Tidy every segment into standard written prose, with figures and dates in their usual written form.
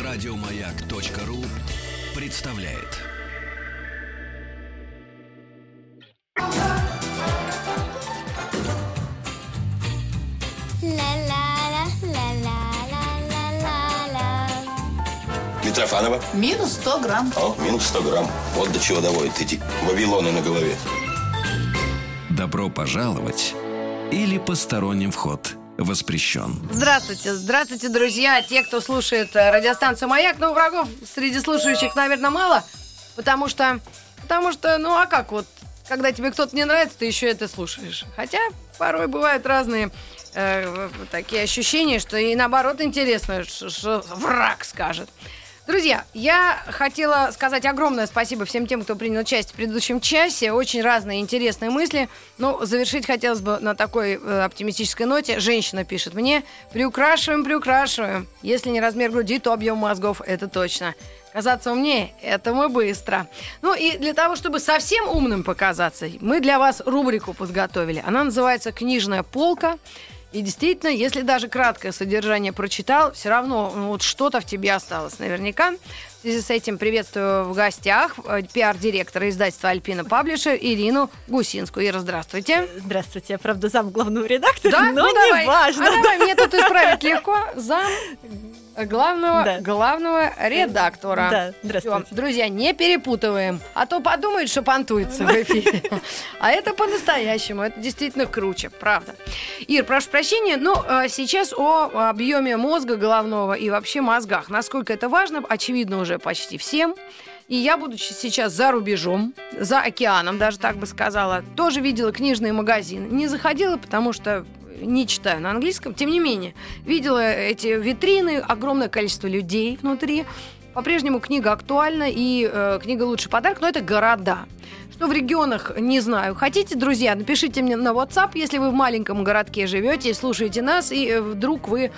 Радиомаяк.ру представляет. Митрофанова. Минус 100 грамм. О, минус 100 грамм. Вот до чего доводят эти вавилоны на голове. Добро пожаловать или посторонним вход воспрещен. Здравствуйте, здравствуйте, друзья. Те, кто слушает радиостанцию «Маяк», но врагов среди слушающих, наверное, мало, потому что, ну а как вот, когда тебе кто-то не нравится, ты еще это слушаешь. Хотя порой бывают разные такие ощущения, что и наоборот интересно, что враг скажет. Друзья, я хотела сказать огромное спасибо всем тем, кто принял участие в предыдущем часе. Очень разные интересные мысли. Но завершить хотелось бы на такой оптимистической ноте. Женщина пишет мне: приукрашиваем. Если не размер груди, то объем мозгов, это точно. Казаться умнее – это мы быстро. Ну и для того, чтобы совсем умным показаться, мы для вас рубрику подготовили. Она называется «Книжная полка». И действительно, если даже краткое содержание прочитал, все равно вот что-то в тебе осталось наверняка. В связи с этим приветствую в гостях пиар-директора издательства «Альпина Паблишер» Ирину Гусинскую. Ира, здравствуйте. Здравствуйте, я, правда, зам главного редактора, да? но ну, не давай. важно. Давай, мне тут исправить легко. Зам главного редактора. Да, здравствуйте. Всё. Друзья, не перепутываем, а то подумают, что понтуется в эфире. А это по-настоящему, это действительно круче, правда. Ир, прошу прощения, но сейчас о объеме мозга головного и вообще мозгах. Насколько это важно, очевидно уже почти всем. И я, будучи сейчас за рубежом, за океаном, даже так бы сказала, тоже видела книжные магазины. Не заходила, потому что не читаю на английском. Тем не менее, видела эти витрины, огромное количество людей внутри. По-прежнему книга актуальна, и книга «Лучший подарок», но это города. Что в регионах, не знаю. Хотите, друзья, напишите мне на WhatsApp, если вы в маленьком городке живете, слушаете нас, и вдруг вы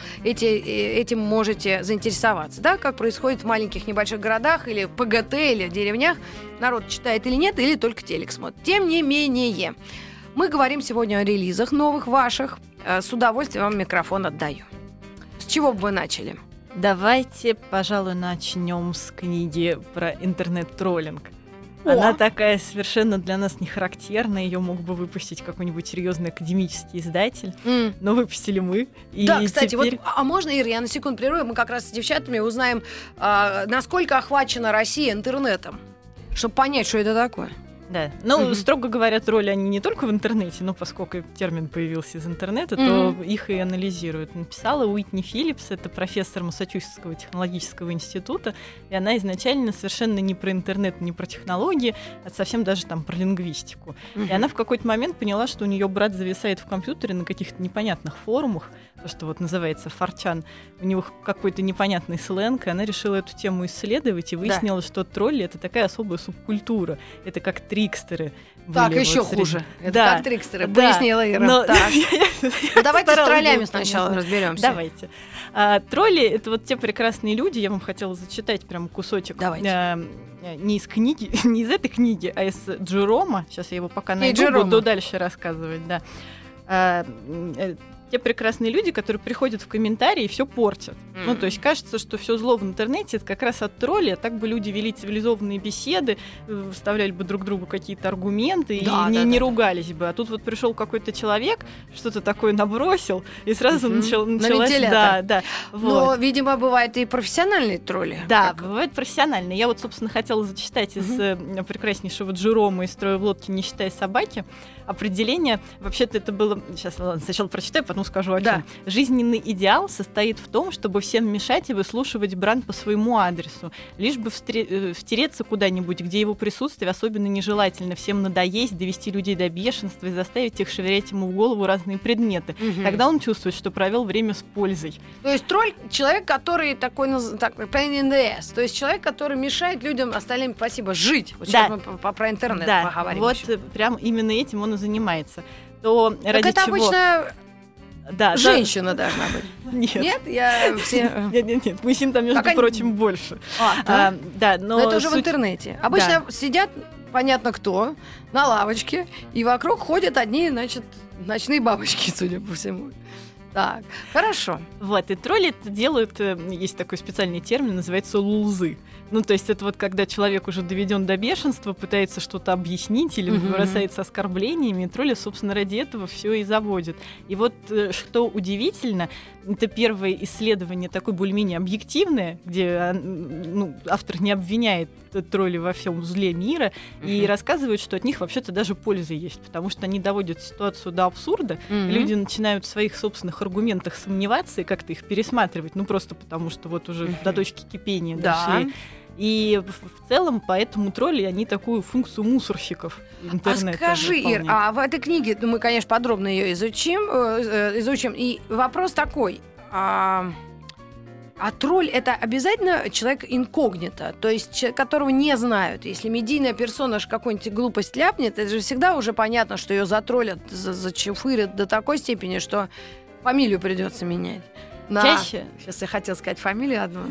этим можете заинтересоваться. Да, как происходит в маленьких небольших городах, или ПГТ, или деревнях. Народ читает или нет, или только телек смотрит. Тем не менее, мы говорим сегодня о релизах новых ваших. С удовольствием вам микрофон отдаю. С чего бы вы начали? Давайте, пожалуй, начнем с книги про интернет-троллинг. Она такая совершенно для нас не характерная. Ее мог бы выпустить какой-нибудь серьезный академический издатель. Но выпустили мы. И да, кстати, теперь... вот, а можно, Ира, я на секунду прерву, мы как раз с девчатами узнаем, насколько охвачена Россия интернетом, чтобы понять, что это такое. Да, ну, строго говоря, тролли, они не только в интернете, но поскольку термин появился из интернета, то их и анализируют. Написала Уитни Филлипс, это профессор Массачусетского технологического института, и она изначально совершенно не про интернет, не про технологии, а совсем даже там про лингвистику. И она в какой-то момент поняла, что у нее брат зависает в компьютере на каких-то непонятных форумах, то, что вот называется форчан, у него какой-то непонятный сленг, и она решила эту тему исследовать и выяснила, что тролли — это такая особая субкультура. Это как трикстеры. Так, еще вот хуже. Это как трикстеры, пояснила Ира. Но... Давайте с троллями сначала разберемся. Давайте. Тролли — это вот те прекрасные люди, я вам хотела зачитать прям кусочек. Давайте. Не из книги, не из этой книги, а из Джерома. Сейчас я его пока найду, буду дальше рассказывать. Да. Те прекрасные люди, которые приходят в комментарии и все портят. Ну, то есть кажется, что все зло в интернете — это как раз от троллей, а так бы люди вели цивилизованные беседы, вставляли бы друг другу какие-то аргументы и не ругались бы. А тут вот пришел какой-то человек, что-то такое набросил, и сразу началась... Да. Но, вот. видимо, бывают и профессиональные тролли. Да, бывают профессиональные. Я вот, собственно, хотела зачитать из прекраснейшего Джерома «Из строя в лодке, не считая собаки». Определение, вообще-то это было... Сейчас, ладно, сначала прочитаю, потом скажу о чем. Жизненный идеал состоит в том, чтобы всем мешать и выслушивать брань по своему адресу, лишь бы втереться куда-нибудь, где его присутствие особенно нежелательно, всем надоесть, довести людей до бешенства и заставить их швырять ему в голову разные предметы. Тогда он чувствует, что провел время с пользой. То есть тролль — человек, который такой, pain in the ass, то есть человек, который мешает людям, остальным, спасибо, жить. Вот сейчас мы про интернет поговорим. Вот прям именно этим он и занимается. То так ради это чего... обычно женщина да. должна быть. Нет. Нет? Я все... Нет. Мужчин там, между прочим, больше. Да, но это уже в интернете. Обычно сидят, понятно кто, на лавочке, и вокруг ходят одни, значит, ночные бабочки, судя по всему. Так, хорошо. Вот, и тролли это делают, есть такой специальный термин, называется лулзы. Ну, то есть это вот когда человек уже доведен до бешенства, пытается что-то объяснить или бросается оскорблениями, и тролли, собственно, ради этого все и заводят. И вот что удивительно, это первое исследование такое более-менее объективное, где автор не обвиняет тролли во всем зле мира и рассказывает, что от них вообще-то даже польза есть, потому что они доводят ситуацию до абсурда, люди начинают в своих собственных аргументах сомневаться и как-то их пересматривать, ну просто потому что вот уже до точки кипения дошли. И в целом поэтому тролли, они такую функцию муссорщиков интернета скажи, выполняют. Ир, в этой книге, мы, конечно, подробно ее изучим, и вопрос такой, а тролль — это обязательно человек инкогнито, то есть человек, которого не знают. Если медийная персона какую-нибудь глупость ляпнет, это же всегда уже понятно, что ее затроллят, зачефырят до такой степени, что фамилию придется менять. Чаще. Сейчас я хотела сказать фамилию одну.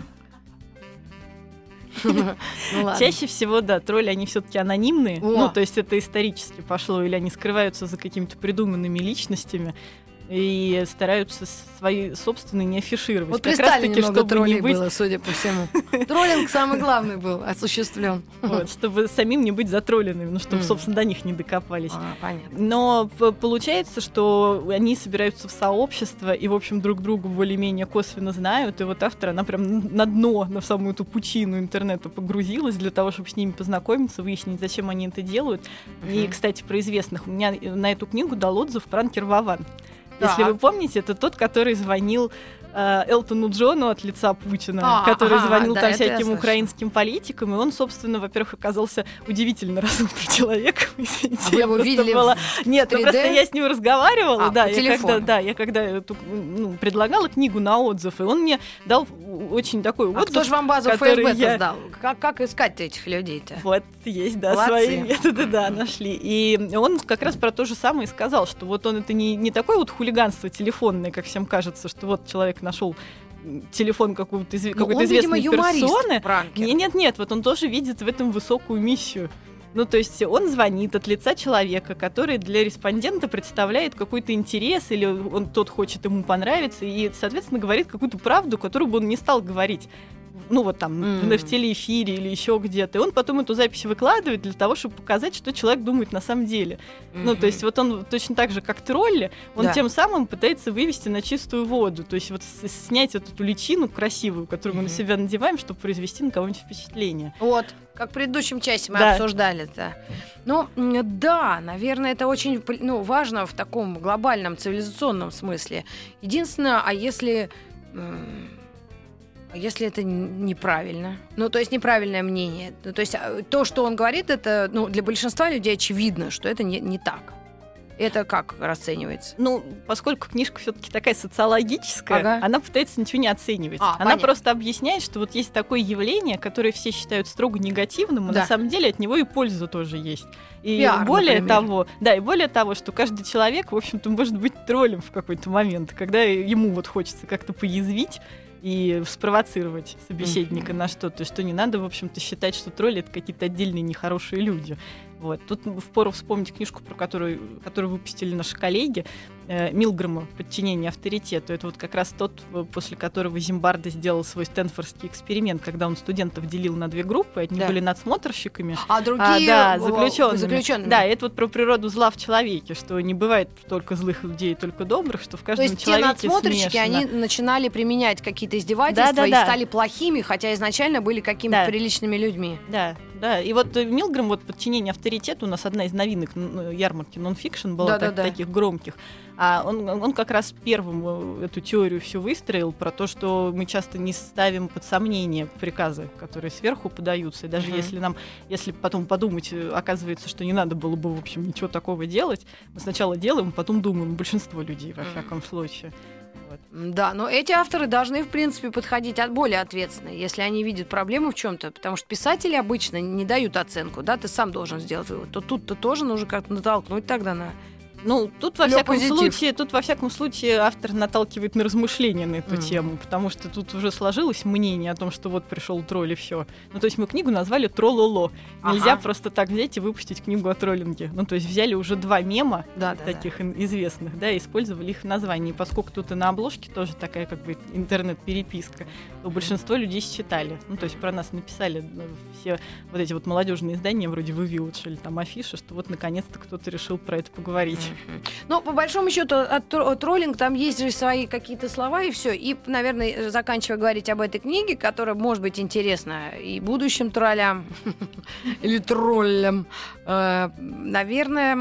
Чаще всего, да, тролли, они все-таки анонимные. Ну, то есть это исторически пошло, или они скрываются за какими-то придуманными личностями и стараются свои собственные не афишировать. Вот при Сталине много троллей было, судя по всему. Троллинг самый главный был осуществлен. Вот, чтобы самим не быть затролленными, чтобы, собственно, до них не докопались. Понятно. Но получается, что они собираются в сообщество и, в общем, друг друга более-менее косвенно знают. И вот автор, она прям на дно, на самую эту пучину интернета погрузилась для того, чтобы с ними познакомиться, выяснить, зачем они это делают. И, кстати, про известных. У меня на эту книгу дал отзыв пранкер Вован. Если вы помните, это тот, который звонил Элтону Джону от лица Путина, который звонил там всяким украинским политикам, и он, собственно, во-первых, оказался удивительно разумным человеком. Вы его видели в 3D? Нет, просто я с ним разговаривала, я когда предлагала книгу на отзыв, и он мне дал очень такой отзыв. Кто же вам базу ФСБ сдал? Как искать этих людей-то? Вот, есть, да, свои методы, да, нашли. И он как раз про то же самое сказал, что вот он это не такое вот хулиганство телефонное, как всем кажется, что вот человек нашел телефон какой-то известной персоны. Нет, вот он тоже видит в этом высокую миссию. Ну, то есть он звонит от лица человека, который для респондента представляет какой-то интерес, или тот хочет ему понравиться, и, соответственно, говорит какую-то правду, которую бы он не стал говорить. Ну, вот там, в телеэфире или еще где-то. И он потом эту запись выкладывает для того, чтобы показать, что человек думает на самом деле. Ну, то есть вот он точно так же, как тролли, он тем самым пытается вывести на чистую воду. То есть вот снять эту личину красивую, которую мы на себя надеваем, чтобы произвести на кого-нибудь впечатление. Вот, как в предыдущем часе мы обсуждали-то. Ну, да, наверное, это очень важно в таком глобальном цивилизационном смысле. Единственное, а если это неправильно? Ну, то есть неправильное мнение. Ну, то есть то, что он говорит, это для большинства людей очевидно, что это не так. Это как расценивается? Ну, поскольку книжка все-таки такая социологическая, она пытается ничего не оценивать. Она понятно. Просто объясняет, что вот есть такое явление, которое все считают строго негативным, а на самом деле от него и польза тоже есть. И пиар, более того, что каждый человек, в общем-то, может быть троллем в какой-то момент, когда ему вот хочется как-то поязвить и спровоцировать собеседника на что-то, что не надо, в общем-то, считать, что тролли — это какие-то отдельные нехорошие люди. Вот. Тут впору вспомнить книжку, которую выпустили наши коллеги, Милгрэма «Подчинение авторитету». Это вот как раз тот, после которого Зимбардо сделал свой стэнфордский эксперимент, когда он студентов делил на две группы. Одни были надсмотрщиками, а другие заключенными. Да, это вот про природу зла в человеке, что не бывает только злых людей, только добрых, что в каждом человеке смешано. То есть те надсмотрщики, они начинали применять какие-то издевательства и стали плохими, хотя изначально были какими-то приличными людьми. Да, и вот Милгрэм, вот «Подчинение авторитету», у нас одна из новинок ярмарки нон-фикшн была, таких громких. А он как раз первым эту теорию всю выстроил про то, что мы часто не ставим под сомнение приказы, которые сверху подаются. И даже если потом подумать, оказывается, что не надо было бы, в общем, ничего такого делать, мы сначала делаем, а потом думаем, большинство людей, во всяком случае. Вот. Да, но эти авторы должны, в принципе, подходить более ответственно, если они видят проблему в чем-то, потому что писатели обычно не дают оценку, да, ты сам должен сделать вывод. То тут-то тоже нужно как-то натолкнуть тогда на Ну, тут во всяком случае автор наталкивает на размышления на эту тему, потому что тут уже сложилось мнение о том, что вот пришел тролль и все. Ну, то есть мы книгу назвали «Троллоло». Нельзя просто так взять и выпустить книгу о троллинге. Ну, то есть взяли уже 2 мема таких известных, да, и использовали их в названии. И поскольку тут и на обложке тоже такая как бы интернет-переписка, то большинство людей считали. Ну, то есть про нас написали все вот эти вот молодежные издания, вроде «Вывиут», или там афиши, что вот наконец-то кто-то решил про это поговорить. Но по большому счету троллинг, там есть же свои какие-то слова и все. И, наверное, заканчивая говорить об этой книге, которая может быть интересна и будущим троллям или троллям, наверное,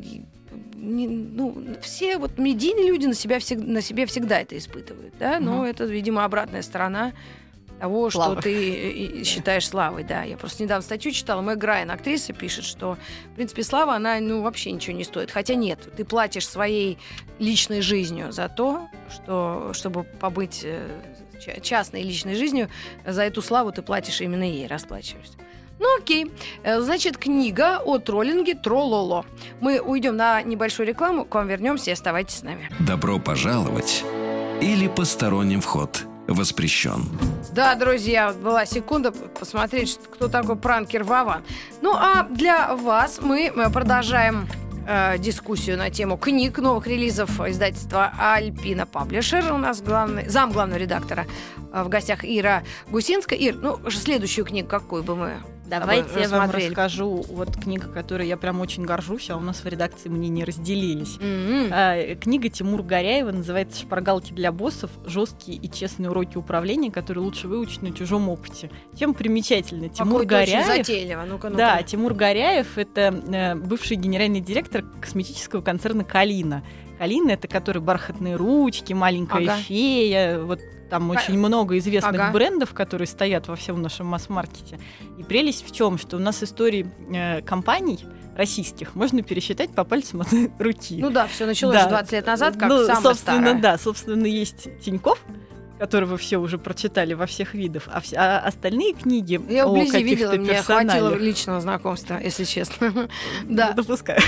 все вот медийные люди на себе всегда это испытывают, да, но это, видимо, обратная сторона того, что ты считаешь славой, да. Я просто недавно статью читала, Мэг Райан, актриса, пишет, что, в принципе, слава, она, вообще ничего не стоит. Хотя нет, ты платишь своей личной жизнью за то, чтобы побыть частной личной жизнью, за эту славу ты платишь именно ей, расплачиваешься. Ну окей, значит, книга о троллинге «Троллоло». Мы уйдем на небольшую рекламу, к вам вернемся и оставайтесь с нами. Добро пожаловать или посторонним вход воспрещен. Да, друзья, была секунда посмотреть, кто такой пранкер Вован. Ну, а для вас мы продолжаем дискуссию на тему книг, новых релизов издательства «Альпина Паблишер». У нас зам главного редактора в гостях Ира Гусинская. Ир, следующую книгу какую бы мы Давайте я вам расскажу. Вот книга, которой я прям очень горжусь, а у нас в редакции мнения разделились. Книга Тимура Горяева называется «Шпаргалки для боссов. Жесткие и честные уроки управления, которые лучше выучить на чужом опыте». Чем примечательно? Тимур Горяев. Очень затейливо. Ну-ка. Да, Тимур Горяев — это бывший генеральный директор косметического концерна «Калина». «Калина» — это который «Бархатные ручки», «Маленькая фея», вот. Там очень много известных брендов, которые стоят во всем нашем масс-маркете. И прелесть в чем, что у нас истории компаний российских можно пересчитать по пальцам одной руки. Ну да, все началось 20 лет назад, как самое старое. Да, собственно, есть Тинькофф, которого все уже прочитали во всех видах, а остальные книги я о вблизи каких-то видела, мне хватило персоналях... личного знакомства, если честно. Да. Допускаю.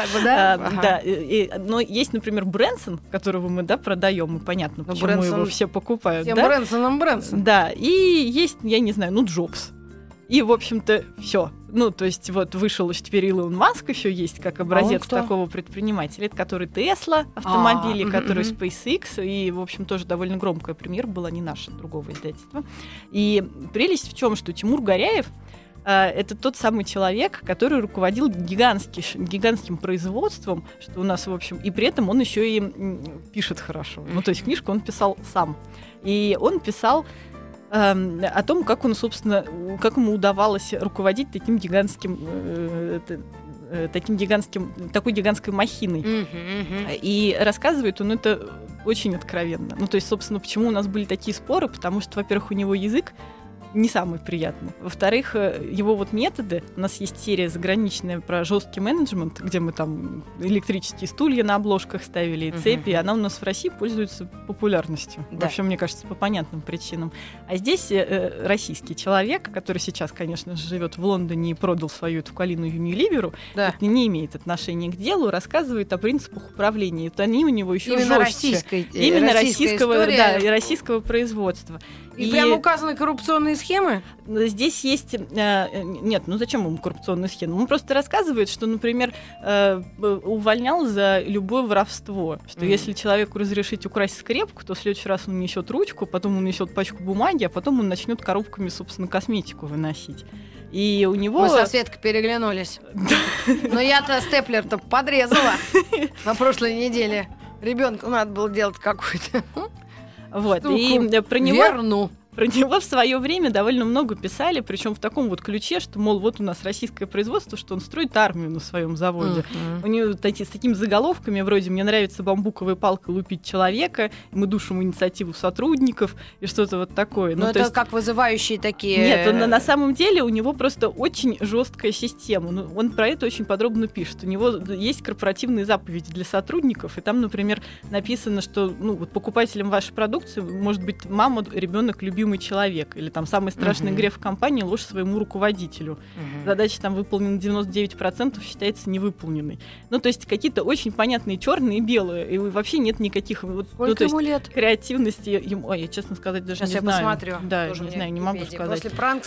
Да. Но есть, например, Брэнсон, которого мы продаем, и понятно, почему его все покупают. Всем Брэнсон. Да, и есть, я не знаю, Джобс. И, в общем-то, все. То есть, вот вышел теперь Илон Маск, еще есть как образец такого предпринимателя, который Tesla автомобили, который SpaceX, и, в общем, тоже довольно громкая премьера была, не наша, другого издательства. И прелесть в чем, что Тимур Горяев это тот самый человек, который руководил гигантским производством, что у нас, в общем, и при этом он еще и пишет хорошо. То есть книжку он писал сам. И он писал о том, как он, собственно, как ему удавалось руководить такой гигантской махиной. И рассказывает он это очень откровенно. То есть, собственно, почему у нас были такие споры, потому что, во-первых, у него язык не самый приятный. Во-вторых, его вот методы, у нас есть серия заграничная про жесткий менеджмент, где мы там электрические стулья на обложках ставили и цепи, и она у нас в России пользуется популярностью. Да. Вообще, мне кажется, по понятным причинам. А здесь российский человек, который сейчас, конечно же, живет в Лондоне и продал свою эту Калину Юниливеру, это не имеет отношения к делу, рассказывает о принципах управления. Это они у него еще жестче. Именно российского производства. И прямо указаны коррупционные схемы? Здесь есть... Нет, зачем ему коррупционные схемы? Он просто рассказывает, что, например, увольнял за любое воровство. Что если человеку разрешить украсть скрепку, то в следующий раз он несет ручку, потом он несет пачку бумаги, а потом он начнет коробками, собственно, косметику выносить. И у него... Мы со Светкой переглянулись. Но я-то степлер-то подрезала на прошлой неделе. Ребенку надо было делать какую-то... Вот, и про него в свое время довольно много писали, причем в таком вот ключе, что, мол, вот у нас российское производство, что он строит армию на своем заводе. У него с такими заголовками вроде «Мне нравится бамбуковой палкой лупить человека», «Мы душим инициативу сотрудников» и что-то вот такое. Это есть... как вызывающие такие... Нет, на самом деле у него просто очень жесткая система. Он про это очень подробно пишет. У него есть корпоративные заповеди для сотрудников, и там, например, написано, что покупателем вашей продукции может быть мама, ребенок, любимый любимый человек. Или там самый страшный грех в компании — ложь своему руководителю. Задача там выполнена 99%, считается невыполненной. Ну, то есть какие-то очень понятные черные и белые. И вообще нет никаких... Сколько ему лет? Креативности ему... Ой, я, честно сказать, даже сейчас не знаю. Сейчас я посмотрю. Да, не знаю, не могу сказать. После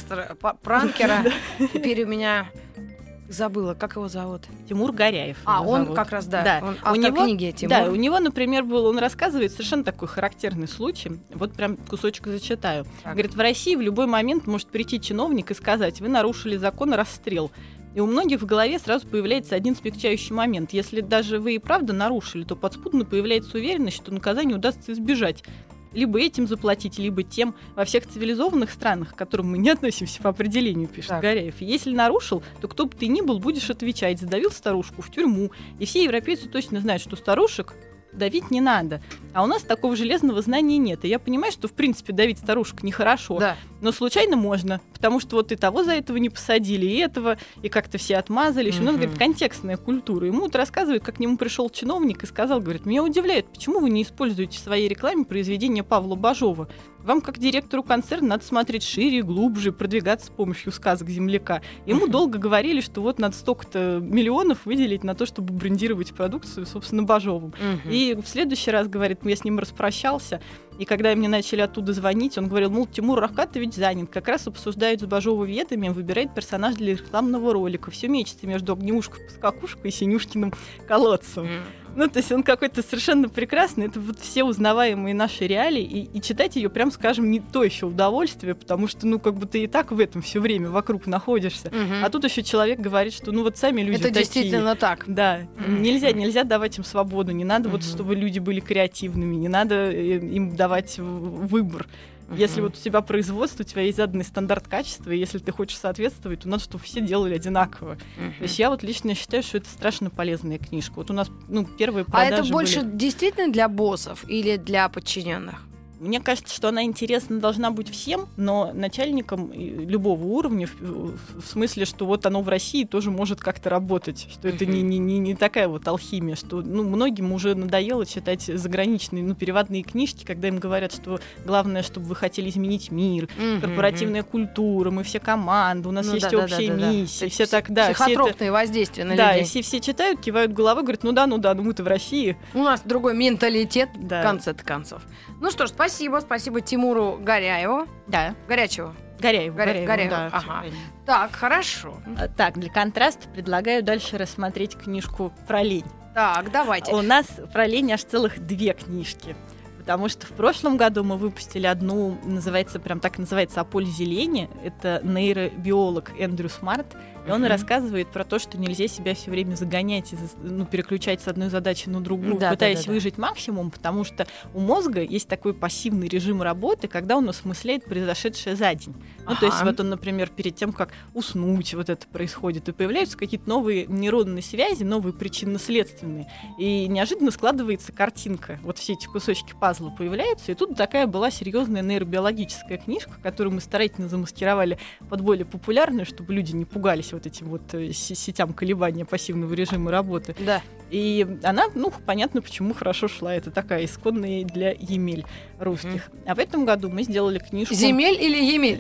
пранкера теперь у меня... Забыла, как его зовут? Тимур Горяев. Он зовут. Как раз, да. Он автор книги Тимур. Да, у него, например, он рассказывает совершенно такой характерный случай. Вот прям кусочек зачитаю. Так. Говорит, в России в любой момент может прийти чиновник и сказать: вы нарушили закон, расстрел. И у многих в голове сразу появляется один смягчающий момент. Если даже вы и правда нарушили, то подспудно появляется уверенность, что наказание удастся избежать. Либо этим заплатить, либо тем. Во всех цивилизованных странах, к которым мы не относимся по определению, пишет Горяев. Если нарушил, то кто бы ты ни был, будешь отвечать. Задавил старушку в тюрьму. И все европейцы точно знают, что старушек давить не надо. А у нас такого железного знания нет. И я понимаю, что, в принципе, давить старушек нехорошо. Да. Но случайно можно. Потому что вот и того за этого не посадили, и этого, и как-то все отмазались. У нас, говорит, контекстная культура. Ему вот рассказывают, как к нему пришел чиновник и сказал, говорит, меня удивляет, почему вы не используете в своей рекламе произведения Павла Бажова? Вам, как директору концерна, надо смотреть шире, глубже, продвигаться с помощью сказок земляка. Ему долго говорили, что вот надо столько-то миллионов выделить на то, чтобы брендировать продукцию, собственно, Бажовым. И в следующий раз, говорит, я с ним распрощался, и когда мне начали оттуда звонить, он говорил, мол, Тимур Рахкатович занят, как раз обсуждает с Бажова-ветами, выбирает персонаж для рекламного ролика. Все мечется между Огневушкой-поскакушкой и Синюшкиным колодцем. Ну, то есть он какой-то совершенно прекрасный. Это вот все узнаваемые наши реалии. И читать ее, прям скажем, не то еще удовольствие, потому что, ну, как бы ты и так в этом все время вокруг находишься. А тут еще человек говорит, что, ну, вот сами люди это такие. Действительно так. Да. Нельзя давать им свободу. Не надо вот, чтобы люди были креативными. Не надо им давать выбор. Если вот у тебя производство, у тебя есть заданный стандарт качества, и если ты хочешь соответствовать, то надо, чтобы все делали одинаково. То есть я вот лично считаю, что это страшно полезная книжка. Вот у нас, первые продажи. А это больше действительно для боссов или для подчиненных? Мне кажется, что она интересна должна быть всем, но начальникам любого уровня, в смысле, что вот оно в России тоже может как-то работать, что это не такая вот алхимия, что многим уже надоело читать заграничные, переводные книжки, когда им говорят, что главное, чтобы вы хотели изменить мир, корпоративная культура, мы все команда, у нас есть общая миссия, все так, да. Психотропные воздействия на людей. Да, и все читают, кивают головой, говорят, ну да, мы-то в России. У нас другой менталитет, в конце концов. Ну что ж, спасибо Тимуру Горяеву. Да. Горячеву. Горяеву. Да, ага. Так, хорошо. Так, для контраста предлагаю дальше рассмотреть книжку про лень. Так, давайте. У нас про лень аж целых 2 книжки. Потому что в прошлом году мы выпустили одну, называется «О пользе лени». Это нейробиолог Эндрю Смарт. И он рассказывает про то, что нельзя себя все время загонять, переключать с одной задачи на другую, пытаясь выжить максимум, потому что у мозга есть такой пассивный режим работы, когда он осмысляет произошедшее за день. То есть вот он, например, перед тем, как уснуть, вот это происходит, и появляются какие-то новые нейронные связи, новые причинно-следственные. И неожиданно складывается картинка. Вот все эти кусочки пазла появляются, и тут такая была серьезная нейробиологическая книжка, которую мы старательно замаскировали под более популярную, чтобы люди не пугались вот этим вот сетям колебания пассивного режима работы. Да. И она, понятно, почему хорошо шла. Это такая исконная для Емель русских. А в этом году мы сделали книжку... Земель или Емель?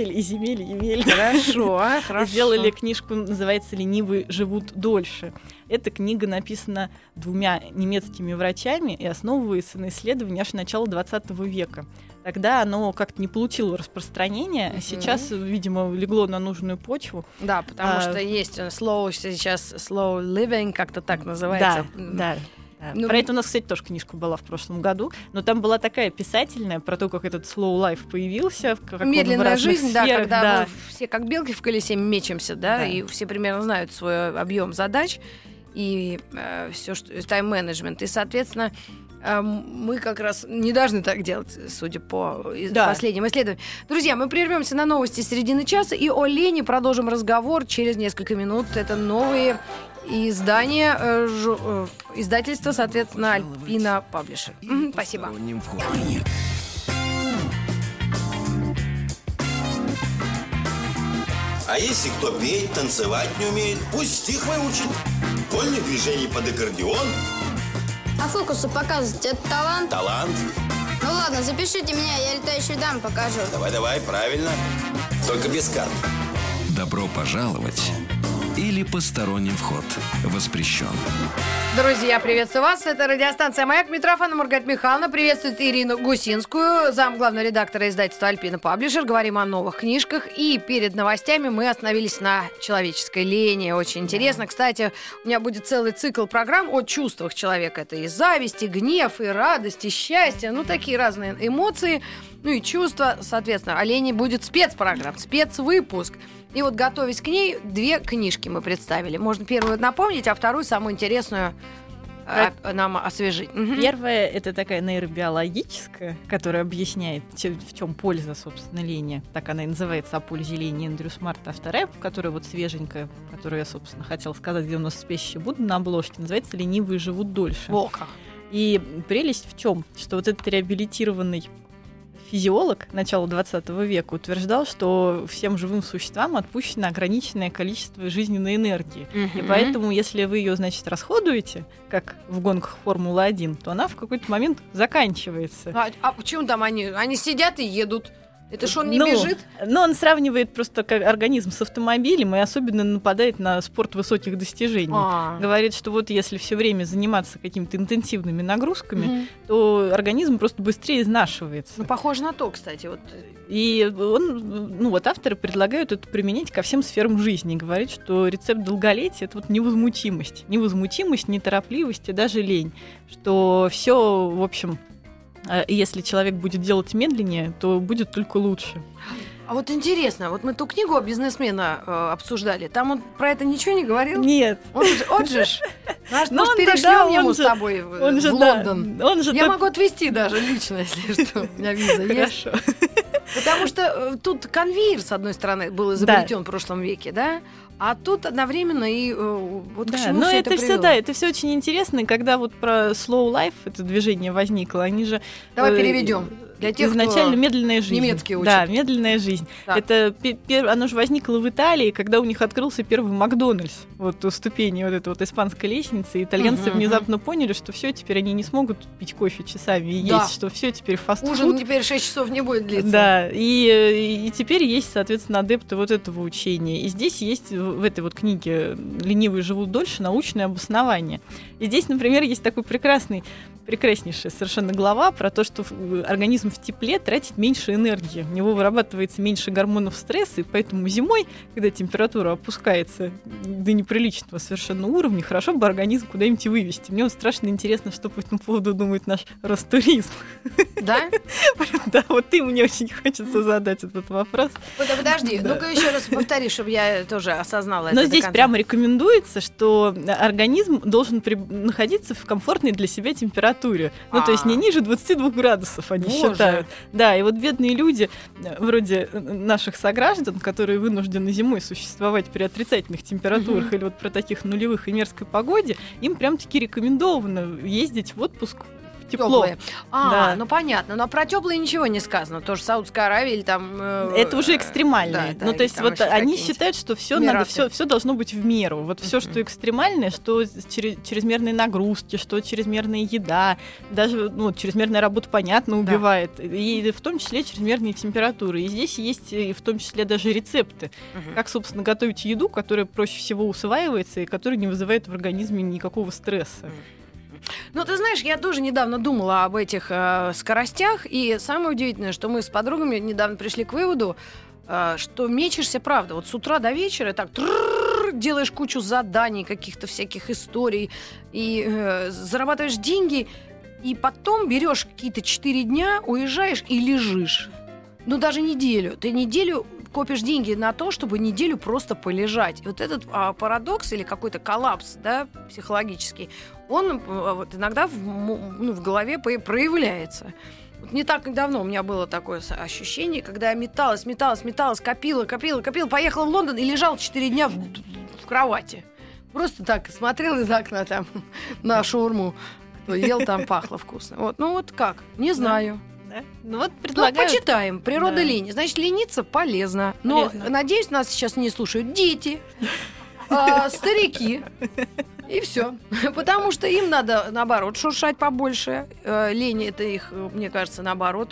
Емель. Хорошо. Сделали книжку, называется «Ленивые живут дольше». Эта книга написана 2 немецкими врачами и основывается на исследовании аж начала 20 века. Тогда оно как-то не получило распространения, а сейчас, видимо, легло на нужную почву. Да, потому что есть slow living, как-то так называется. Да. Про это у нас, кстати, тоже книжка была в прошлом году, но там была такая писательная про то, как этот slow life появился, как медленная жизнь, сферах, когда мы все как белки в колесе мечемся, и все примерно знают свой объем задач и все, что тайм-менеджмент. И, соответственно, мы как раз не должны так делать, судя по последним исследованиям. Друзья, мы прервемся на новости середины часа и о лени продолжим разговор через несколько минут. Это новые издания, издательства, соответственно, Альпина Паблишер. Спасибо. А если кто петь, танцевать не умеет, пусть стих выучит. Вольных движений под аккордеон. А фокусы показывать — это талант? Талант. Ну ладно, Запишите меня, я летающую даму покажу. Давай, правильно. Только без карт. Добро пожаловать или посторонним вход воспрещен. Друзья, приветствую вас. Это радиостанция «Маяк». Митрофана Маргарита Михайловна приветствует Ирину Гусинскую, зам главного редактора издательства «Альпина Паблишер». Говорим о новых книжках. И перед новостями мы остановились на человеческой лени. Очень интересно. Кстати, у меня будет целый цикл программ о чувствах человека. Это и зависть, и гнев, и радость, и счастье. Ну, такие разные эмоции. Ну и чувства. Соответственно, о лени будет спецпрограмм, спецвыпуск. И вот, готовясь к ней, 2 книжки мы представили. Можно первую напомнить, а вторую, самую интересную, нам освежить. Первая — это такая нейробиологическая, которая объясняет, в чем польза, собственно, лени. Так она и называется «О пользе лени» Эндрю Смарта. А вторая, которая вот свеженькая, которую я, собственно, хотела сказать, где у нас спящие будут на обложке, называется «Ленивые живут дольше». Во как. И прелесть в чем? Что вот этот реабилитированный физиолог начала 20 века утверждал, что всем живым существам отпущено ограниченное количество жизненной энергии. И поэтому, если вы ее, значит, расходуете, как в гонках Формулы-1, то она в какой-то момент заканчивается. А почему там они сидят и едут? Это ж он не бежит? Ну, он сравнивает просто как организм с автомобилем и особенно нападает на спорт высоких достижений. Говорит, что вот если все время заниматься какими-то интенсивными нагрузками, то организм просто быстрее изнашивается. Ну, похоже на то, кстати. Вот. И авторы предлагают это применять ко всем сферам жизни. Говорит, что рецепт долголетия — это вот невозмутимость. Невозмутимость, неторопливость и даже лень. Что все, в общем... Если человек будет делать медленнее, то будет только лучше. А вот интересно, вот мы ту книгу бизнесмена обсуждали, там он про это ничего не говорил? Нет. Он же ж. Может, перешлем ему с тобой в Лондон? Я могу отвезти даже лично, если что. У меня виза есть. Хорошо. Потому что тут конвейер, с одной стороны, был изобретен в прошлом веке, да? А тут одновременно и вот к чему все это привело. Это все очень интересно. И когда вот про slow life это движение возникло, они же... Давай переведем. Для тех, изначально медленная жизнь. Немецкий учит. Да, медленная жизнь. Это оно же возникло в Италии, когда у них открылся первый Макдональдс. Вот у ступени вот этой вот испанской лестницы. И итальянцы внезапно поняли, что все, теперь они не смогут пить кофе часами и есть, что все теперь фастфуд. Ужин теперь 6 часов не будет длиться. Да, и теперь есть, соответственно, адепты вот этого учения. И здесь есть в этой вот книге «Ленивые живут дольше» научное обоснование. И здесь, например, есть такой прекраснейшая совершенно глава про то, что организм в тепле тратит меньше энергии, у него вырабатывается меньше гормонов стресса, и поэтому зимой, когда температура опускается до неприличного совершенно уровня, хорошо бы организм куда-нибудь вывести. Мне вот страшно интересно, что по этому поводу думает наш Ростуризм. Да? Да, вот и мне очень хочется задать этот вопрос. Подожди, ну-ка еще раз повтори, чтобы я тоже осознала это. Но здесь прямо рекомендуется, что организм должен находиться в комфортной для себя температуре. Ну, то есть не ниже 22 градусов они считают. Да, и вот бедные люди, вроде наших сограждан, которые вынуждены зимой существовать при отрицательных температурах или вот при таких нулевых и мерзкой погоде, им прям-таки рекомендовано ездить в отпуск тепло. Да. Ну понятно. Но про теплые ничего не сказано. Тоже Саудская Аравия или там... Это уже экстремальные. Да, ну, то есть вот они считают, что все должно быть в меру. Вот все, что экстремальное, что чрезмерные нагрузки, что чрезмерная еда, даже чрезмерная работа, понятно, убивает. И в том числе чрезмерные температуры. И здесь есть в том числе даже рецепты. Как, собственно, готовить еду, которая проще всего усваивается и которая не вызывает в организме никакого стресса. Ну, ты знаешь, я тоже недавно думала об этих скоростях, и самое удивительное, что мы с подругами недавно пришли к выводу, что мечешься, правда, вот с утра до вечера так делаешь кучу заданий, каких-то всяких историй, и зарабатываешь деньги, и потом берешь какие-то 4 дня, уезжаешь и лежишь. Ну, даже неделю. Ты неделю копишь деньги на то, чтобы неделю просто полежать. И вот этот парадокс или какой-то коллапс, да, психологический, он вот иногда в голове проявляется. Вот не так давно у меня было такое ощущение, когда я металась, копила, поехала в Лондон и лежала 4 дня в кровати. Просто так смотрела из окна там на шаурму, ел, там пахло вкусно. Вот, ну вот как? Не знаю. Да? Ну вот предлагаю... почитаем. Природа лени. Значит, лениться полезно. Но, надеюсь, нас сейчас не слушают дети, старики. И все. Потому что им надо, наоборот, шуршать побольше. Лень это их, мне кажется, наоборот,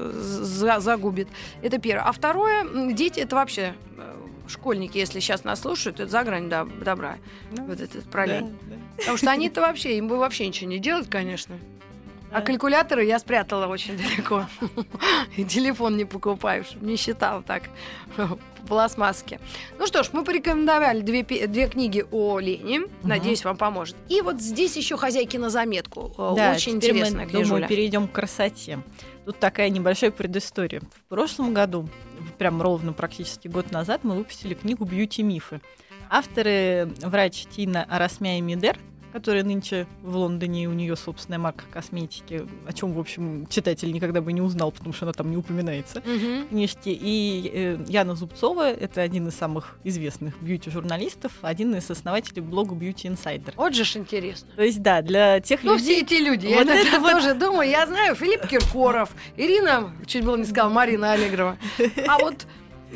загубит. Это первое. А второе, дети это вообще школьники, если сейчас нас слушают, это за грань добра. Вот этот про лень. Потому что они-то вообще, им бы вообще ничего не делать, конечно. А калькуляторы я спрятала очень далеко. И телефон не покупаю, чтобы не считал так по пластмасске. Ну что ж, мы порекомендовали две книги о лени. Надеюсь, вам поможет. И вот здесь еще «Хозяйки на заметку». Да, очень интересная книжуля. Думаю, перейдем к красоте. Тут такая небольшая предыстория. В прошлом году, прям ровно практически год назад, мы выпустили книгу «Бьюти-мифы». Авторы врач Тина Арасмяй-Мидер, которая нынче в Лондоне, у нее собственная марка косметики, о чем, в общем, читатель никогда бы не узнал, потому что она там не упоминается в книжке. И Яна Зубцова, это один из самых известных бьюти-журналистов, один из основателей блога Beauty Insider. Вот же ж интересно. То есть, да, для тех людей... Ну, все эти люди. Вот я это тоже думаю, я знаю Филипп Киркоров, Ирина, чуть было не сказала, Марина Аллегрова. А вот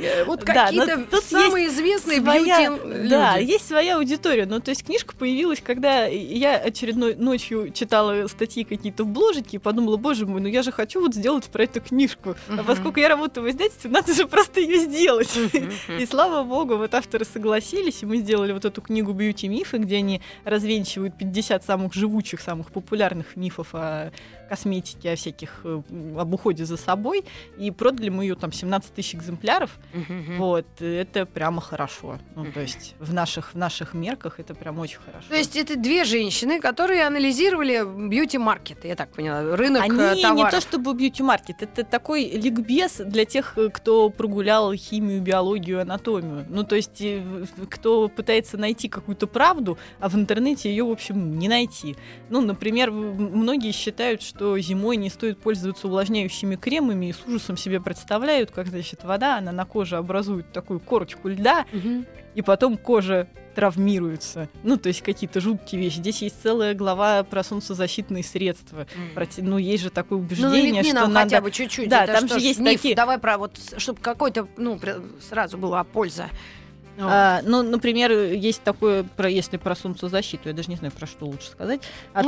какие-то самые известные бьюти-люди. Да, есть своя аудитория. Ну, то есть книжка появилась, когда я очередной ночью читала статьи какие-то в бложике и подумала, боже мой, ну я же хочу вот сделать про эту книжку. А поскольку я работаю в издательстве, надо же просто ее сделать. И слава богу, вот авторы согласились, и мы сделали вот эту книгу «Бьюти-мифы», где они развенчивают 50 самых живучих, самых популярных мифов о косметике, о всяких, об уходе за собой. И продали мы ее там 17 тысяч экземпляров. Вот, это прямо хорошо. Ну, то есть в наших мерках это прям очень хорошо. То есть это две женщины, которые анализировали бьюти-маркет, я так поняла, рынок товаров. Они не то чтобы бьюти-маркет, это такой ликбез для тех, кто прогулял химию, биологию, анатомию. Ну, то есть кто пытается найти какую-то правду, а в интернете ее, в общем, не найти. Ну, например, многие считают, что зимой не стоит пользоваться увлажняющими кремами и с ужасом себе представляют, как, значит, вода, она на коже образует такую корочку льда, и потом кожа травмируется. Ну, то есть какие-то жуткие вещи. Здесь есть целая глава про солнцезащитные средства. Ну, есть же такое убеждение, что нам надо... хотя бы чуть-чуть. Да, это там же есть миф. такие... Давай про вот, чтобы какой-то, сразу была польза. Ну, например, есть такое, если про солнцезащиту, я даже не знаю, про что лучше сказать, о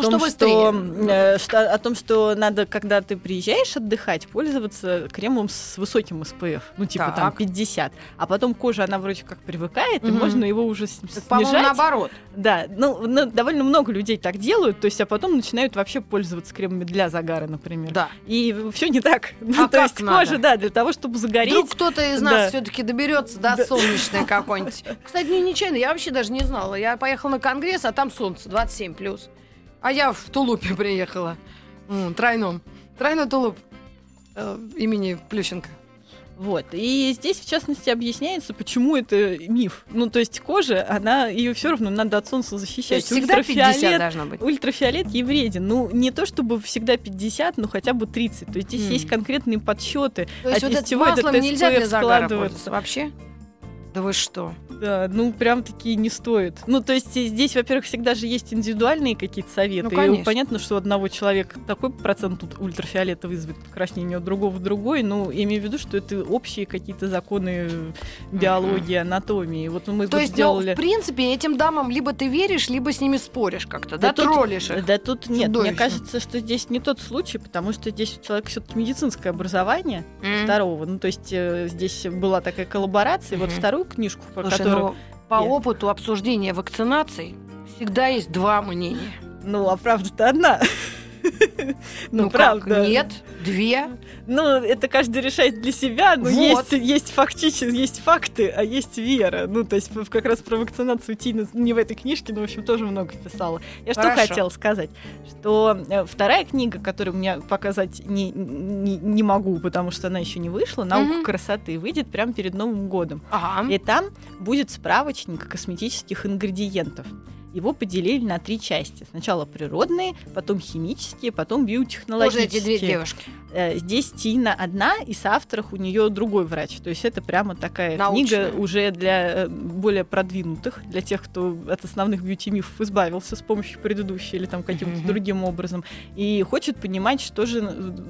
том, что надо, когда ты приезжаешь отдыхать, пользоваться кремом с высоким SPF, ну, типа там 50, а потом кожа, она вроде как привыкает, и можно его уже снижать. По-моему, наоборот. Да, ну, довольно много людей так делают, то есть, а потом начинают вообще пользоваться кремами для загара, например. Да. И все не так. А то есть кожа, да, для того, чтобы загореть. Вдруг кто-то из нас все-таки доберется до солнечной какой-нибудь. Кстати, нечаянно, я вообще даже не знала. Я поехала на конгресс, а там солнце 27+. А я в тулупе приехала. Тройной тулуп имени Плющенко. Вот. И здесь, в частности, объясняется, почему это миф. Ну, то есть кожа, ее все равно надо от солнца защищать. То есть всегда 50 должно быть. Ультрафиолет ей вреден. Ну, не то чтобы всегда 50, но хотя бы 30. То есть здесь есть конкретные подсчеты. То есть вот это маслом нельзя для загара пользоваться вообще? Да вы что? Да, ну прям такие не стоит. Ну, то есть здесь, во-первых, всегда же есть индивидуальные какие-то советы. Ну, конечно. И понятно, что у одного человека такой процент тут ультрафиолета вызовет покраснение, у другого другой. Но я имею в виду, что это общие какие-то законы биологии, анатомии. Вот мы то есть, сделали... в принципе, этим дамам либо ты веришь, либо с ними споришь как-то, да, троллишь их. Да тут нет, мне кажется, что здесь не тот случай, потому что здесь у человека все-таки медицинское образование второго. Ну, то есть здесь была такая коллаборация, вот вторую книжку, по которой... по опыту обсуждения вакцинаций всегда есть два мнения. Ну, а правда-то одна. Ну, правда. Нет, две. Ну, это каждый решает для себя, но есть факты, а есть вера. Ну, то есть как раз про вакцинацию Тина не в этой книжке, но, в общем, тоже много писала. Я что хотела сказать, что вторая книга, которую мне показать не могу, потому что она еще не вышла, «Наука красоты», выйдет прямо перед Новым годом. И там будет справочник косметических ингредиентов. Его поделили на 3 части. Сначала природные, потом химические, потом биотехнологические. Тоже эти две девушки. Здесь Тина одна, и с авторов у нее другой врач. То есть это прямо такая научная книга уже для более продвинутых, для тех, кто от основных бьюти-мифов избавился с помощью предыдущей или там каким-то другим образом. И хочет понимать, что же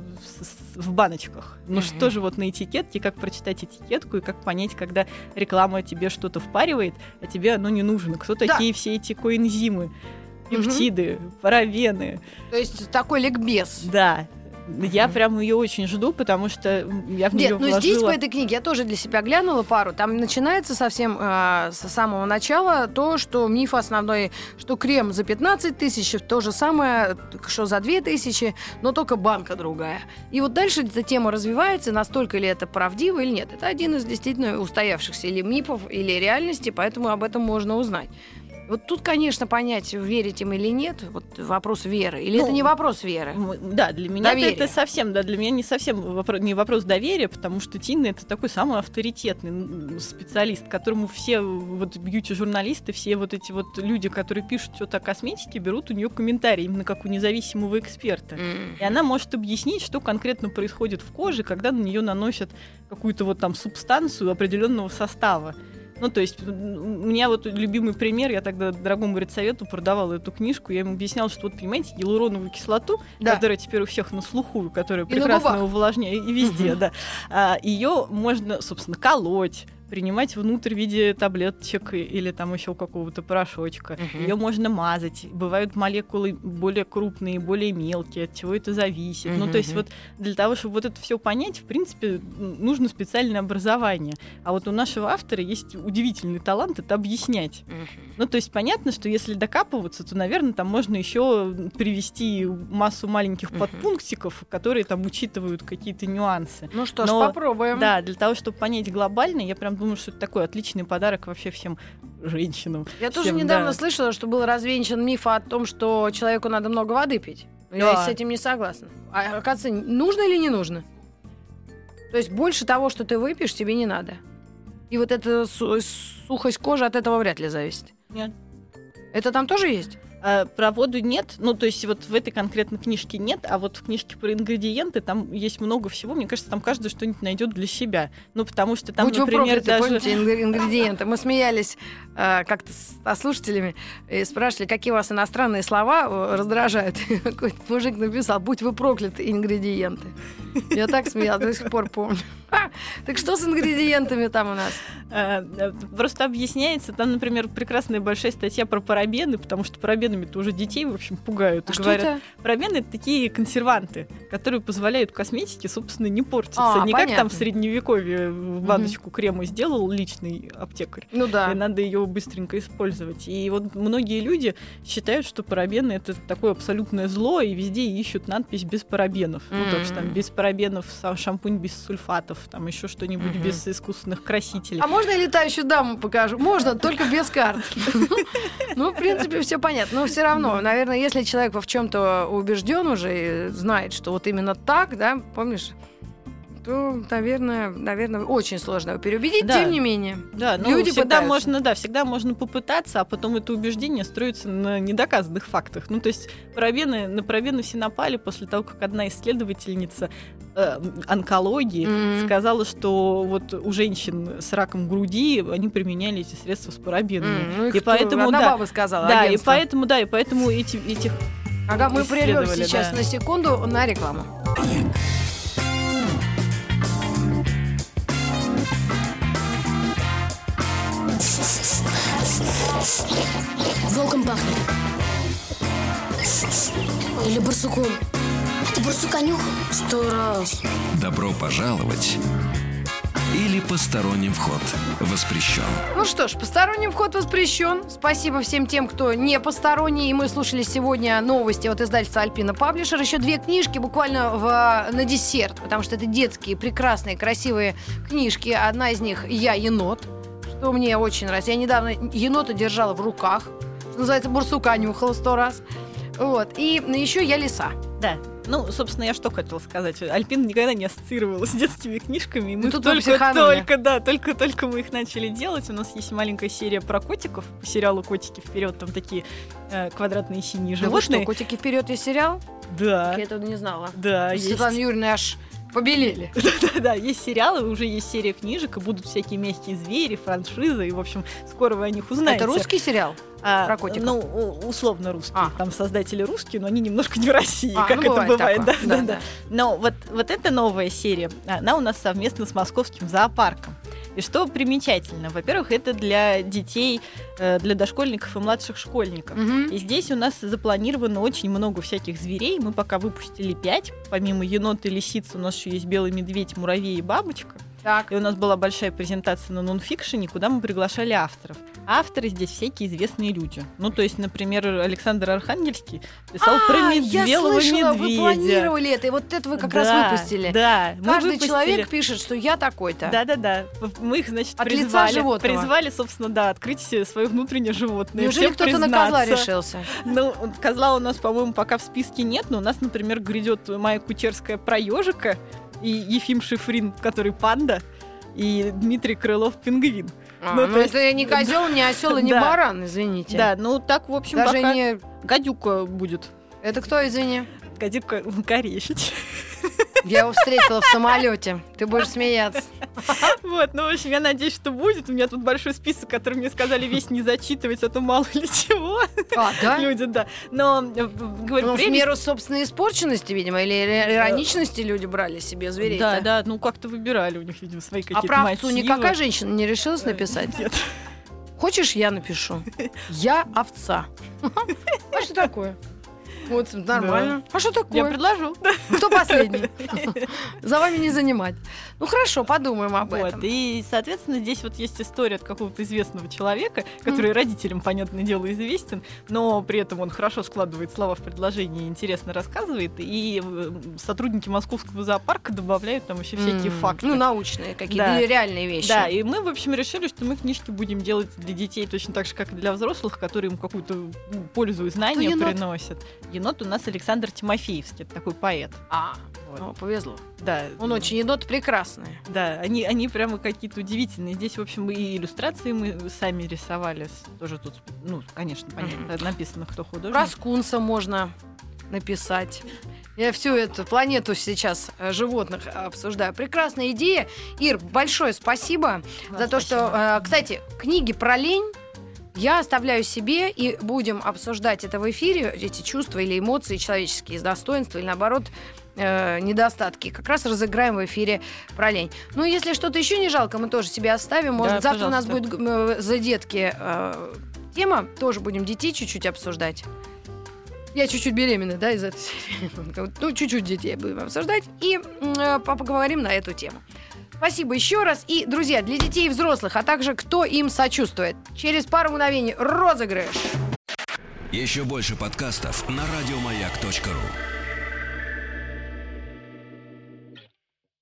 в баночках. Ну что же вот на этикетке, как прочитать этикетку и как понять, когда реклама тебе что-то впаривает, а тебе оно не нужно. Кто такие все эти коэнзимы, пептиды, парабены. То есть такой ликбез. Да. Я прям ее очень жду, потому что я в нее вложила... здесь по этой книге я тоже для себя глянула пару. Там начинается совсем с самого начала то, что миф основной, что крем за 15 тысяч, то же самое, что за 2 тысячи, но только банка другая. И вот дальше эта тема развивается, настолько ли это правдиво или нет. Это один из действительно устоявшихся или мифов, или реальности, поэтому об этом можно узнать. Вот тут, конечно, понять, верить им или нет, вот вопрос веры. Или это не вопрос веры? Да, для меня это совсем, для меня не совсем не вопрос доверия, потому что Тина — это такой самый авторитетный специалист, которому все вот бьюти-журналисты, все вот эти вот люди, которые пишут что-то о косметике, берут у нее комментарии, именно как у независимого эксперта. И она может объяснить, что конкретно происходит в коже, когда на нее наносят какую-то вот там субстанцию определенного состава. Ну, то есть, у меня вот любимый пример, я тогда дорогому редсовету продавала эту книжку, я ему объясняла, что вот, понимаете, гиалуроновую кислоту, которая теперь у всех на слуху, которая прекрасно увлажняет, и везде, ее можно, собственно, колоть, принимать внутрь в виде таблеточек или там еще какого-то порошочка. Ее можно мазать. Бывают молекулы более крупные, более мелкие, от чего это зависит. Ну, то есть вот для того, чтобы вот это все понять, в принципе, нужно специальное образование. А вот у нашего автора есть удивительный талант это объяснять. Ну, то есть понятно, что если докапываться, то, наверное, там можно еще привести массу маленьких подпунктиков, которые там учитывают какие-то нюансы. Ну что ж, попробуем. Да, для того, чтобы понять глобально, я прям думаю, что это такой отличный подарок вообще всем женщинам. Я тоже недавно слышала, что был развенчан миф о том, что человеку надо много воды пить. Я с этим не согласна. А оказывается, нужно или не нужно? То есть больше того, что ты выпьешь, тебе не надо. И вот эта сухость кожи от этого вряд ли зависит. Нет. Это там тоже есть? Про воду нет, ну, то есть вот в этой конкретной книжке нет, а вот в книжке про ингредиенты там есть много всего. Мне кажется, там каждый что-нибудь найдет для себя. Ну, потому что там, например, даже... Помните, ингредиенты. Мы смеялись как-то со слушателями и спрашивали, какие у вас иностранные слова раздражают. Какой-то мужик написал: «Будь вы прокляты, ингредиенты». Я так смеялась, до сих пор помню. Так что с ингредиентами там у нас? Просто объясняется. Там, например, прекрасная большая статья про парабены, потому что парабенами-то уже детей, в общем, пугают. А что это? Парабены — это такие консерванты, которые позволяют косметике, собственно, не портиться. Не как там в Средневековье в баночку крема сделал личный аптекарь. Ну да. И надо ее быстренько использовать. И вот многие люди считают, что парабены — это такое абсолютное зло, и везде ищут надпись «без парабенов». Ну, то есть там без парабенов, шампунь без сульфатов, там еще что-нибудь без искусственных красителей. А можно я летающую даму покажу? Можно, только без карт. Ну, в принципе, все понятно. Но все равно, наверное, если человек в чем-то убежден уже и знает, что вот именно так, да, помнишь, то, наверное, очень сложно его переубедить, тем не менее. Да, люди всегда можно попытаться, а потом это убеждение строится на недоказанных фактах. Ну, то есть на парабены все напали после того, как одна исследовательница онкологии сказала, что вот у женщин с раком груди они применяли эти средства с парабенами. И поэтому, одна баба сказала, и поэтому этих Ага, мы прервемся сейчас на секунду на рекламу. Волком пахнет. Или барсуком. Ты барсука нюхал? 100 раз. Добро пожаловать или посторонним вход воспрещен. Ну что ж, посторонний вход воспрещен. Спасибо всем тем, кто не посторонний. И мы слушали сегодня новости от издательства Альпина Паблишер. Еще 2 книжки буквально на десерт, потому что это детские, прекрасные, красивые книжки. Одна из них «Я енот», что мне очень нравится. Я недавно енота держала в руках. Что называется, барсука нюхала 100 раз. Вот. И еще «Я лиса». Да. Ну, собственно, я что хотела сказать. Альпина никогда не ассоциировалась с детскими книжками. И мы тут только мы их начали делать. У нас есть маленькая серия про котиков. По сериалу «Котики вперед». Там такие квадратные синие животные. Что, «Котики вперед» есть сериал? Да. Я этого не знала. Да, есть. Светлана Юрьевна аж побелели. Да, есть сериалы, уже есть серия книжек, и будут всякие мягкие звери, франшизы, и, в общем, скоро вы о них узнаете. Это русский сериал? Про котиков? Ну, условно русский. Там создатели русские, но они немножко не в России, как это бывает. Да. Но вот эта новая серия, она у нас совместно с Московским зоопарком. И что примечательно? Во-первых, это для детей, для дошкольников и младших школьников. И здесь у нас запланировано очень много всяких зверей. Мы пока выпустили 5. Помимо енота и лисицы у нас еще есть белый медведь, муравей и бабочка. Так. И у нас была большая презентация на нонфикшене, куда мы приглашали авторов. Авторы здесь всякие известные люди. Ну, то есть, например, Александр Архангельский писал про белого медведя. Я слышала, вы планировали это, и вот это вы как раз выпустили. Да, Каждый человек пишет, что я такой-то. Да. Мы их, значит, От лица животного. призвали, собственно, да, открыть свое внутреннее животное. Неужели кто-то на козла решился? Ну, козла у нас, по-моему, пока в списке нет, но у нас, например, грядет Майя Кучерская про ежика, и Ефим Шифрин, который панда, и Дмитрий Крылов пингвин. Ну, это не козел, не осел и не баран, извините. Да, ну так, в общем, даже пока не... гадюка будет. Это кто, извини? Гадюка Корещич. Я его встретила в самолете. Ты будешь смеяться. Вот, ну, в общем, я надеюсь, что будет. У меня тут большой список, который мне сказали весь не зачитывать, а то мало ли чего. А, да? Люди, да. Но, говорю, в меру собственной испорченности, видимо, или ироничности люди брали себе зверей. Да, ну как-то выбирали у них, видимо, свои какие-то мотивы. А мотивы. правцу никакая женщина не решилась написать? Нет. Хочешь, я напишу? Я овца. А что такое? Вот, нормально. Да. А что такое? Я предложу. Кто последний? За вами не занимать. Ну хорошо, подумаем об этом. И, соответственно, здесь вот есть история от какого-то известного человека, который родителям, понятное дело, известен, но при этом он хорошо складывает слова в предложение, интересно рассказывает, и сотрудники Московского зоопарка добавляют там еще всякие факты. Ну, научные какие-то, реальные вещи. Да, и мы, в общем, решили, что мы книжки будем делать для детей точно так же, как и для взрослых, которые им какую-то пользу и знания приносят. Енот у нас Александр Тимофеевский, это такой поэт. Вот. Повезло. Да. Он очень енот прекрасный. Да, они прямо какие-то удивительные. Здесь, в общем, и иллюстрации мы сами рисовали. Тоже тут, ну, конечно, понятно, написано, кто художник. Про скунса можно написать. Я всю эту планету сейчас животных обсуждаю. Прекрасная идея. Ир, большое спасибо за то, что... Кстати, книги про лень я оставляю себе, и будем обсуждать это в эфире, эти чувства или эмоции человеческие, достоинства или, наоборот, недостатки. Как раз разыграем в эфире про лень. Ну, если что-то еще не жалко, мы тоже себе оставим. Может, завтра у нас будет за детки тема. Тоже будем детей чуть-чуть обсуждать. Я чуть-чуть беременна, да, из этой серии. Ну, чуть-чуть детей будем обсуждать. И поговорим на эту тему. Спасибо еще раз. И, друзья, для детей и взрослых, а также кто им сочувствует. Через пару мгновений розыгрыш. Еще больше подкастов на радиомаяк.ру.